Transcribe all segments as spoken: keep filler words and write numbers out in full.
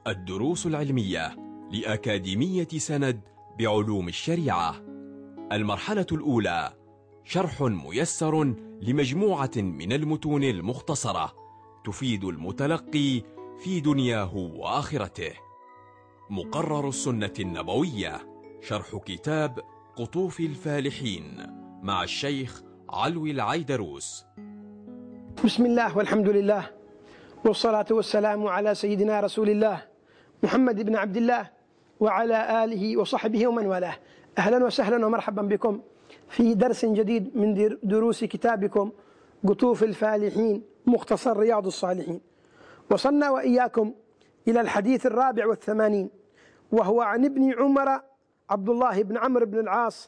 الدروس العلمية لأكاديمية سند بعلوم الشريعة. المرحلة الأولى: شرح ميسر لمجموعة من المتون المختصرة تفيد المتلقي في دنياه وآخرته. مقرر السنة النبوية، شرح كتاب قطوف الفالحين مع الشيخ علوي العيدروس. بسم الله والحمد لله والصلاة والسلام على سيدنا رسول الله محمد بن عبد الله وعلى آله وصحبه ومن والاه. أهلا وسهلا ومرحبا بكم في درس جديد من دروس كتابكم قطوف الفالحين مختصر رياض الصالحين. وصلنا وإياكم إلى الحديث الرابع والثمانين، وهو عن ابن عمر عبد الله بن عمرو بن العاص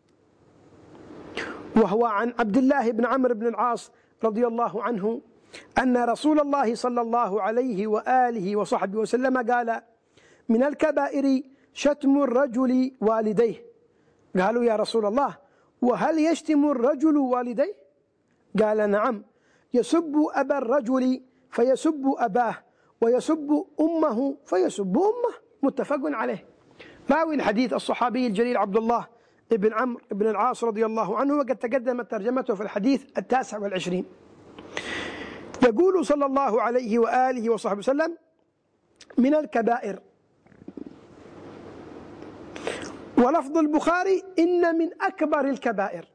وهو عن عبد الله بن عمرو بن العاص رضي الله عنه أن رسول الله صلى الله عليه وآله وصحبه وسلم قال: من الكبائر شتم الرجل والديه. قالوا: يا رسول الله، وهل يشتم الرجل والديه؟ قال: نعم، يسب أبا الرجل فيسب أباه، ويسب أمه فيسب أمه. متفق عليه. راوي الحديث الصحابي الجليل عبد الله بن عمرو بن العاص رضي الله عنه، وقد تقدمت ترجمته في الحديث التاسع والعشرين. يقول صلى الله عليه وآله وصحبه وسلم: من الكبائر. ولفظ البخاري: إن من أكبر الكبائر.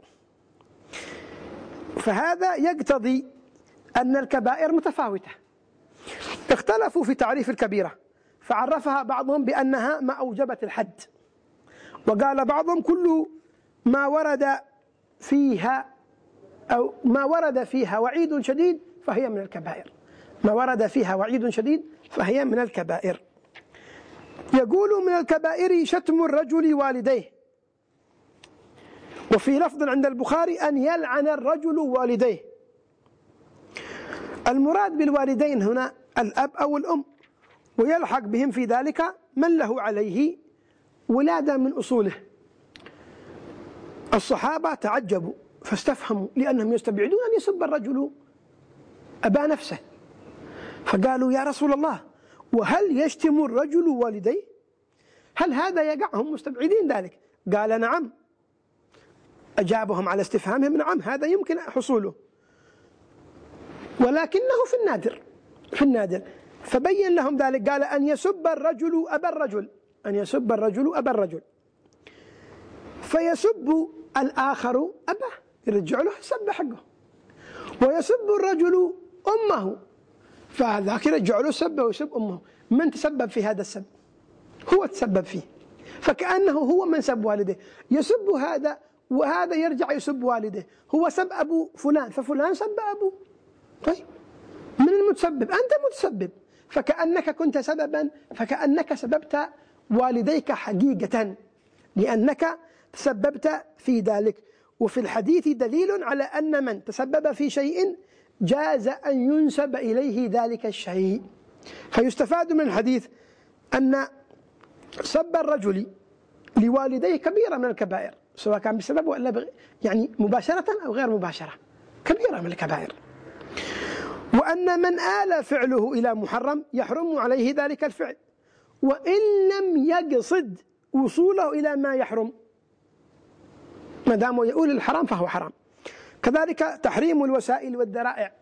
فهذا يقتضي أن الكبائر متفاوتة. اختلفوا في تعريف الكبيرة، فعرفها بعضهم بأنها ما أوجبت الحد، وقال بعضهم: كل ما ورد فيها أو ما ورد فيها وعيد شديد فهي من الكبائر. ما ورد فيها وعيد شديد فهي من الكبائر. يقول: من الكبائر شتم الرجل والديه. وفي لفظ عند البخاري: أن يلعن الرجل والديه. المراد بالوالدين هنا الأب أو الأم، ويلحق بهم في ذلك من له عليه ولادة من أصوله. الصحابة تعجبوا فاستفهموا، لأنهم يستبعدون أن يسب الرجل أبا نفسه، فقالوا: يا رسول الله، وهل يشتم الرجل والديه؟ هل هذا يقع؟ هم مستبعدين ذلك. قال: نعم. أجابهم على استفهامهم: نعم، هذا يمكن حصوله، ولكنه في النادر في النادر فبين لهم ذلك. قال: أن يسب الرجل أبا الرجل أن يسب الرجل أبا الرجل فيسب الآخر أباه، يرجع له السب حقه، ويسب الرجل أمه، فذاك يرجع له السب ويسب أمه. من تسبب في هذا السب؟ هو تسبب فيه، فكأنه هو من سب والده. يسب هذا وهذا يرجع يسب والده. هو سب أبو فلان ففلان سب أبوه. طيب، من المتسبب؟ أنت متسبب، فكأنك كنت سببا، فكأنك سببت والديك حقيقة، لأنك تسببت في ذلك. وفي الحديث دليل على أن من تسبب في شيء جاز أن ينسب إليه ذلك الشيء. فيستفاد من الحديث أن سب الرجل لوالديه كبيرة من الكبائر، سواء كان بسبب ولا بغ... يعني مباشرة أو غير مباشرة، كبيرة من الكبائر. وأن من آل فعله إلى محرم يحرم عليه ذلك الفعل، وإن لم يقصد وصوله إلى ما يحرم، ما دام يؤول الحرام فهو حرام. كذلك تحريم الوسائل والذرائع.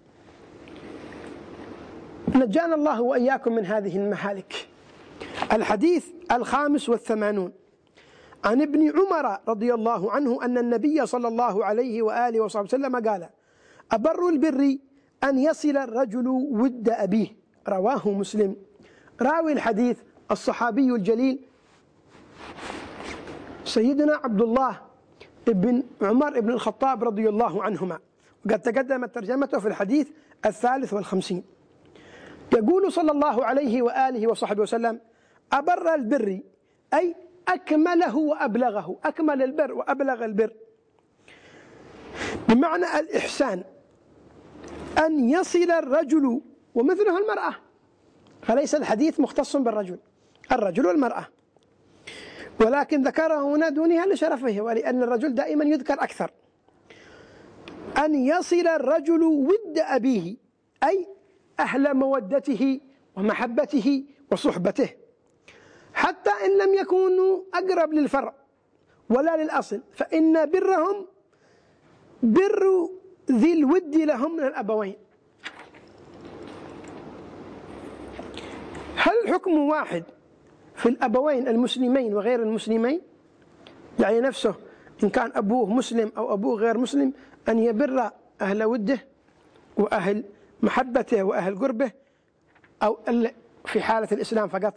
نجانا الله وإياكم من هذه المهالك. الحديث الخامس والثمانون عن ابن عمر رضي الله عنه أن النبي صلى الله عليه وآله وصحبه وسلم قال: أبر البر أن يصل الرجل ود أبيه. رواه مسلم. راوي الحديث الصحابي الجليل سيدنا عبد الله بن عمر بن الخطاب رضي الله عنهما، وقد تقدمت ترجمته في الحديث الثالث والخمسين. يقول صلى الله عليه وآله وصحبه وسلم: أبر البر أي أكمله وأبلغه. أكمل البر وأبلغ البر بمعنى الإحسان. أن يصل الرجل ومثله المرأة، فليس الحديث مختص بالرجل، الرجل والمرأة، ولكن ذكره هنا دونها لشرفه، ولأن الرجل دائما يذكر أكثر. أن يصل الرجل ود أبيه أي أهل مودته ومحبته وصحبته، حتى إن لم يكونوا أقرب للفرع ولا للأصل، فإن برهم بر ذي الود لهم من الأبوين. هل الحكم واحد في الأبوين المسلمين وغير المسلمين؟ يعني نفسه إن كان أبوه مسلم أو أبوه غير مسلم أن يبر أهل وده وأهل محبته وأهل قربه، أو في حالة الإسلام فقط؟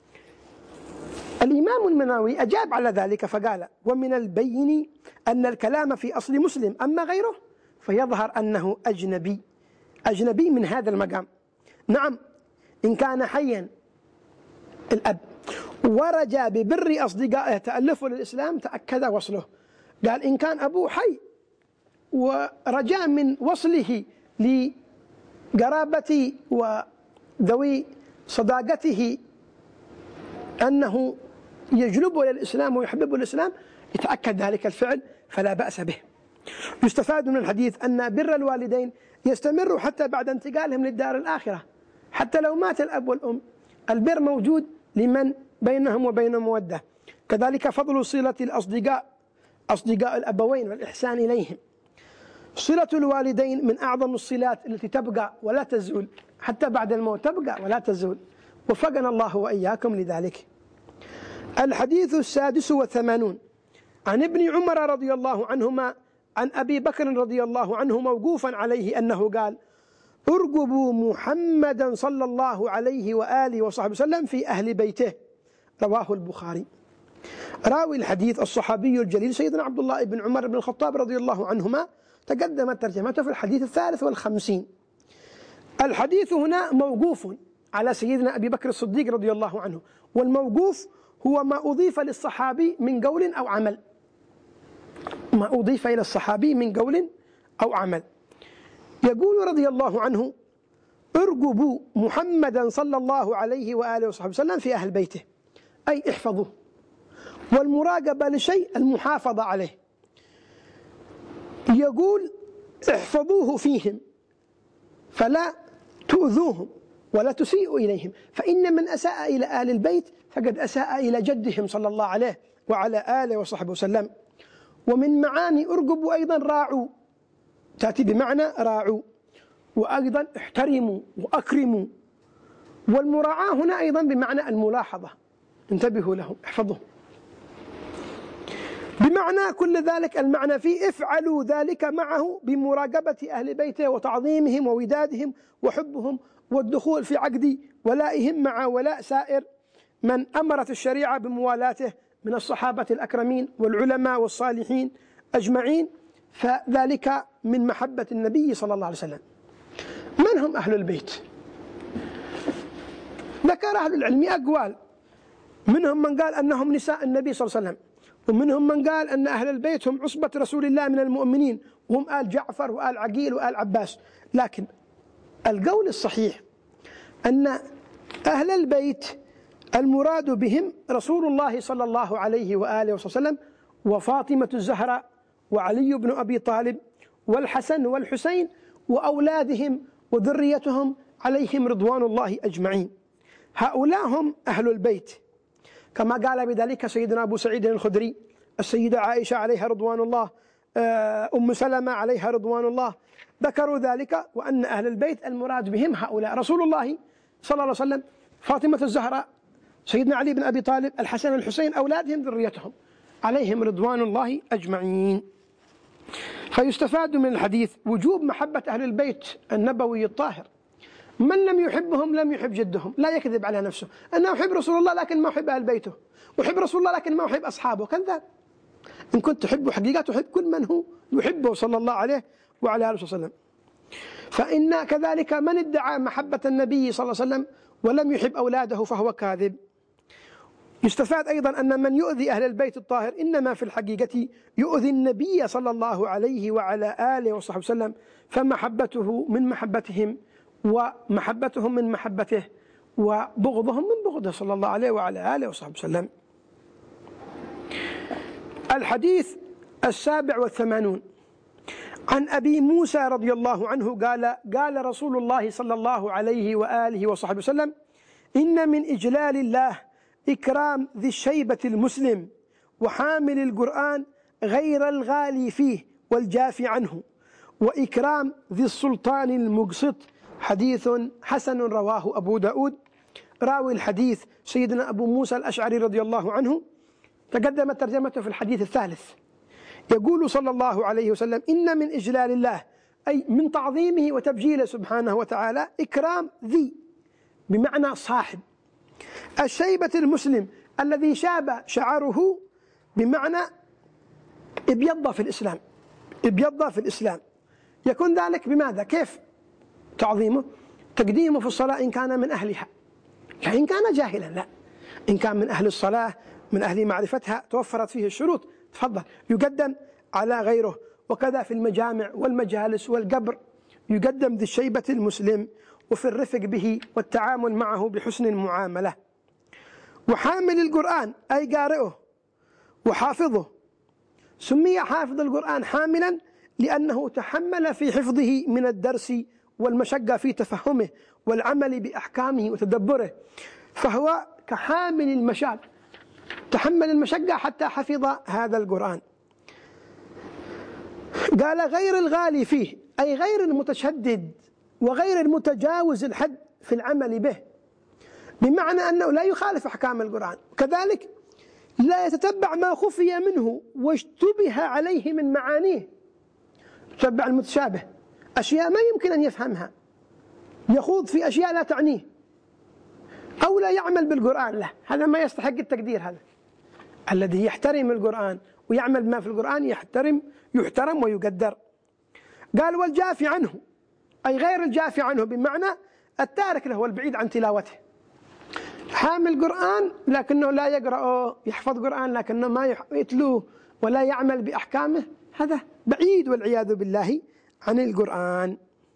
الإمام المناوي أجاب على ذلك فقال: ومن البين أن الكلام في أصل مسلم، أما غيره فيظهر أنه أجنبي أجنبي من هذا المقام. نعم، إن كان حيا الأب ورجى ببر أصدقائه تألفه للإسلام تأكد وصله. قال إن كان أبوه حي ورجاء من وصله لقرابته وذوي صداقته أنه يجلبه إلى الإسلام ويحببه الإسلام، يتأكد ذلك الفعل فلا بأس به. يستفاد من الحديث أن بر الوالدين يستمر حتى بعد انتقالهم للدار الآخرة، حتى لو مات الأب والأم البر موجود لمن بينهم وبين مودة. كذلك فضل صلة الأصدقاء أصدقاء الأبوين والإحسان إليهم. صلة الوالدين من أعظم الصلات التي تبقى ولا تزول، حتى بعد الموت تبقى ولا تزول، وفقنا الله وإياكم لذلك. الحديث السادس والثمانون عن ابن عمر رضي الله عنهما عن أبي بكر رضي الله عنه موقوفا عليه أنه قال: ارقبوا محمدا صلى الله عليه وآله وصحبه وسلم في أهل بيته، رواه البخاري. راوي الحديث الصحابي الجليل سيدنا عبد الله بن عمر بن الخطاب رضي الله عنهما، تقدمت ترجمته في الحديث الثالث والخمسين. الحديث هنا موقوف على سيدنا أبي بكر الصديق رضي الله عنه، والموقوف هو ما أضيف للصحابي من قول أو عمل، ما أضيف إلى الصحابي من قول أو عمل. يقول رضي الله عنه: ارقبوا محمدا صلى الله عليه وآله وصحبه وسلم في أهل بيته، أي احفظوه. والمراقبة لشيء المحافظة عليه. يقول احفظوه فيهم فلا تؤذوهم ولا تسيئوا إليهم، فإن من أساء إلى آل البيت فقد أساء إلى جدهم صلى الله عليه وعلى آله وصحبه وسلم. ومن معاني ارقبوا أيضا راعوا، تأتي بمعنى راعوا، وأيضا احترموا وأكرموا. والمراعاة هنا أيضا بمعنى الملاحظة، انتبهوا لهم، احفظوهم. بمعنى كل ذلك المعنى فيه افعلوا ذلك معه بمراقبة أهل بيته وتعظيمهم وودادهم وحبهم والدخول في عقد ولائهم مع ولاء سائر من أمرت الشريعة بموالاته من الصحابة الأكرمين والعلماء والصالحين أجمعين، فذلك من محبة النبي صلى الله عليه وسلم. من هم أهل البيت؟ ذكر أهل العلم أقوال، منهم من قال أنهم نساء النبي صلى الله عليه وسلم، ومنهم من قال أن أهل البيت هم عصبة رسول الله من المؤمنين، وهم آل جعفر وآل عقيل وآل عباس. لكن القول الصحيح أن أهل البيت المراد بهم رسول الله صلى الله عليه وآله وسلم وفاطمة الزهراء وعلي بن أبي طالب والحسن والحسين وأولادهم وذريتهم عليهم رضوان الله أجمعين. هؤلاء هم أهل البيت، كما قال بذلك سيدنا أبو سعيد الخدري، السيدة عائشة عليها رضوان الله، أم سلمة عليها رضوان الله، ذكروا ذلك، وأن أهل البيت المراد بهم هؤلاء رسول الله صلى الله عليه وسلم، فاطمة الزهراء، سيدنا علي بن أبي طالب، الحسن والحسين، أولادهم ذريتهم عليهم رضوان الله أجمعين. فيستفاد من الحديث وجوب محبة أهل البيت النبوي الطاهر. من لم يحبهم لم يحب جدهم، لا يكذب على نفسه أنه يحب رسول الله لكن ما يحب أهل بيته، ويحب رسول الله لكن ما يحب أصحابه، كذاب. إن كنت تحب حقيقة تحب كل من هو يحبه صلى الله عليه وعلى آله وسلم. فإن كذلك من ادعى محبة النبي صلى الله عليه وسلم ولم يحب أولاده فهو كاذب. يستفاد أيضا أن من يؤذي أهل البيت الطاهر إنما في الحقيقة يؤذي النبي صلى الله عليه وعلى آله وصحبه وسلم، فمحبته من محبتهم ومحبتهم من محبته وبغضهم من بغضه صلى الله عليه وعلى آله وصحبه وسلم. الحديث السابع والثمانون عن أبي موسى رضي الله عنه قال: قال رسول الله صلى الله عليه وآله وصحبه وسلم: إن من إجلال الله إكرام ذي الشيبة المسلم وحامل القرآن غير الغالي فيه والجافي عنه، وإكرام ذي السلطان المقسط. حديث حسن رواه أبو داود. راوي الحديث سيدنا أبو موسى الأشعري رضي الله عنه، تقدمت ترجمته في الحديث الثالث. يقول صلى الله عليه وسلم: إن من إجلال الله، أي من تعظيمه وتبجيله سبحانه وتعالى، إكرام ذي بمعنى صاحب الشيبة المسلم الذي شاب شعره، بمعنى ابيض في الإسلام، ابيض في الإسلام. يكون ذلك بماذا؟ كيف تعظيمه؟ تقديمه في الصلاة إن كان من أهلها، لا إن كان جاهلا، لا إن كان من أهل الصلاة من أهل معرفتها توفرت فيه الشروط، تفضل يقدم على غيره. وكذا في المجامع والمجالس والقبر يقدم ذي الشيبة المسلم، وفي الرفق به والتعامل معه بحسن المعاملة. وحامل القرآن أي قارئه وحافظه. سمي حافظ القرآن حاملا لأنه تحمل في حفظه من الدرس والمشقة في تفهمه والعمل بأحكامه وتدبره، فهو كحامل المشاق، تحمل المشقة حتى حفظ هذا القرآن. قال غير الغالي فيه، أي غير المتشدد وغير المتجاوز الحد في العمل به، بمعنى أنه لا يخالف أحكام القرآن، كذلك لا يتتبع ما خفي منه واشتبه عليه من معانيه. يتبع المتشابه، أشياء ما يمكن أن يفهمها، يخوض في أشياء لا تعنيه، أو لا يعمل بالقرآن له، هذا ما يستحق التقدير. هذا الذي يحترم القرآن ويعمل بما في القرآن يحترم يحترم ويقدر. قال والجافي عنه، أي غير الجافي عنه، بمعنى التارك له والبعيد عن تلاوته. حامل قرآن لكنه لا يقرأه، يحفظ قرآن لكنه ما يتلوه ولا يعمل بأحكامه، هذا بعيد والعياذ بالله عن القرآن.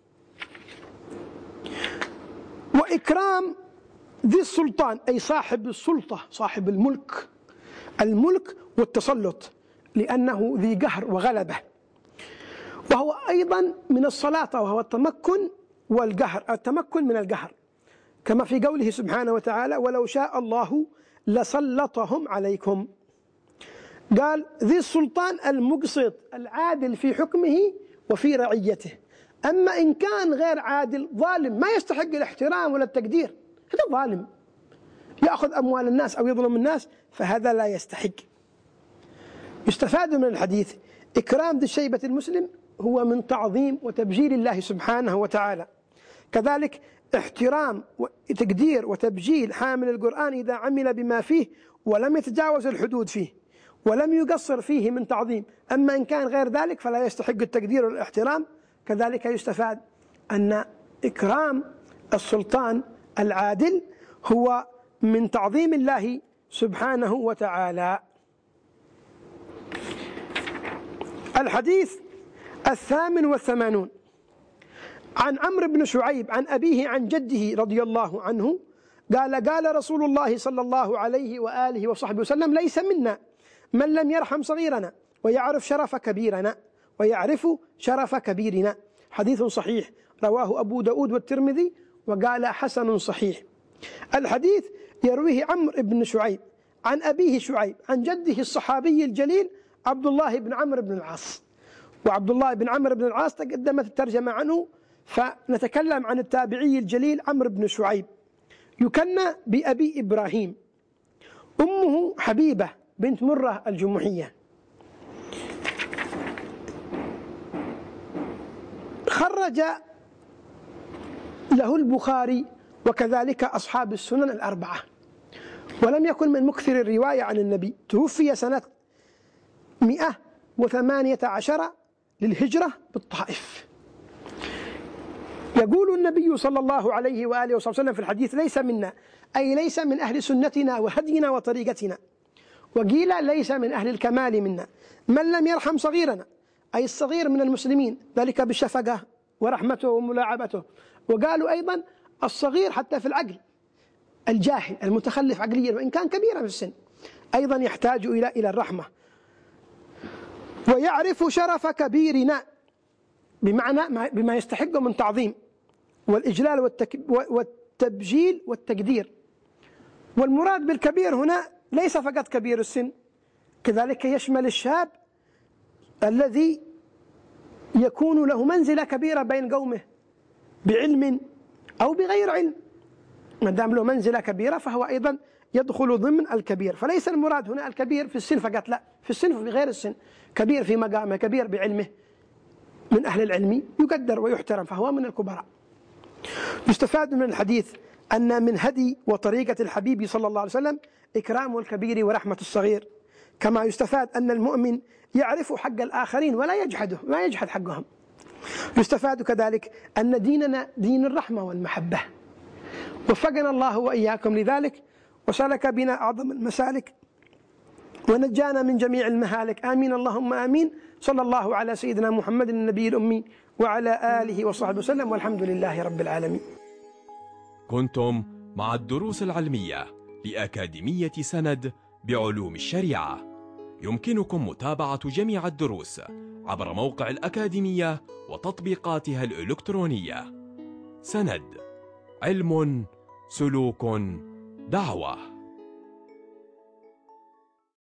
وإكرام ذي السلطان، أي صاحب السلطة، صاحب الملك، الملك والتسلط، لأنه ذي قهر وغلبة. وهو أيضا من السلاطة، وهو التمكن والقهر، التمكن من القهر، كما في قوله سبحانه وتعالى: ولو شاء الله لسلطهم عليكم. قال ذي السلطان المقسط، العادل في حكمه وفي رعيته. أما إن كان غير عادل، ظالم، ما يستحق الاحترام ولا التقدير، هذا ظالم يأخذ أموال الناس أو يظلم الناس، فهذا لا يستحق. يستفاد من الحديث إكرام ذي الشيبة المسلم هو من تعظيم وتبجيل الله سبحانه وتعالى، كذلك احترام وتقدير وتبجيل حامل القرآن إذا عمل بما فيه ولم يتجاوز الحدود فيه ولم يقصر فيه من تعظيم. أما إن كان غير ذلك فلا يستحق التقدير والاحترام. كذلك يستفاد أن إكرام السلطان العادل هو من تعظيم الله سبحانه وتعالى. الحديث الثامن والثمانون عن عمرو بن شعيب عن أبيه عن جده رضي الله عنه قال: قال رسول الله صلى الله عليه وآله وصحبه وسلم: ليس منا من لم يرحم صغيرنا ويعرف شرف كبيرنا ويعرف شرف كبيرنا. حديث صحيح رواه أبو داود والترمذي وقال حسن صحيح. الحديث يرويه عمرو بن شعيب عن أبيه شعيب عن جده الصحابي الجليل عبد الله بن عمرو بن العاص. وعبد الله بن عمرو بن العاص تقدمت الترجمة عنه، فنتكلم عن التابعي الجليل عمرو بن شعيب. يكنى بأبي إبراهيم، أمه حبيبة بنت مرة الجمحية. خرج له البخاري وكذلك أصحاب السنن الأربعة، ولم يكن من مكثر الرواية عن النبي. توفي سنة مئة وثمانية عشر للهجرة بالطائف. يقول النبي صلى الله عليه وآله وسلم في الحديث: ليس منا، أي ليس من أهل سنتنا وهدينا وطريقتنا. وقيل ليس من أهل الكمال منا من لم يرحم صغيرنا، أي الصغير من المسلمين، ذلك بالشفقة ورحمته وملاعبته. وقالوا أيضا الصغير حتى في العقل، الجاهل المتخلف عقليا وإن كان كبيرا في السن أيضا يحتاج إلى إلى الرحمة. ويعرف شرف كبيرنا، بمعنى بما يستحقه من تعظيم والإجلال والتبجيل والتقدير. والمراد بالكبير هنا ليس فقط كبير السن، كذلك يشمل الشاب الذي يكون له منزلة كبيرة بين قومه بعلم أو بغير علم، ما دام له منزلة كبيرة فهو أيضا يدخل ضمن الكبير. فليس المراد هنا الكبير في السن فقط، لا، في السن وفي غير السن، كبير في مقامه، كبير بعلمه، من أهل العلم يقدر ويحترم فهو من الكبراء. يستفاد من الحديث أن من هدي وطريقة الحبيب صلى الله عليه وسلم إكرام الكبير ورحمة الصغير، كما يستفاد أن المؤمن يعرف حق الآخرين ولا يجحده، ما يجحد حقهم. يستفاد كذلك أن ديننا دين الرحمة والمحبة، وفقنا الله وإياكم لذلك وسلك بنا أعظم المسالك ونجانا من جميع المهالك، آمين اللهم آمين. صلى الله على سيدنا محمد النبي الأمي وعلى آله وصحبه وسلم، والحمد لله رب العالمين. كنتم مع الدروس العلمية لأكاديمية سند بعلوم الشريعة. يمكنكم متابعة جميع الدروس عبر موقع الأكاديمية وتطبيقاتها الإلكترونية. سند، علم، سلوك، دعوة.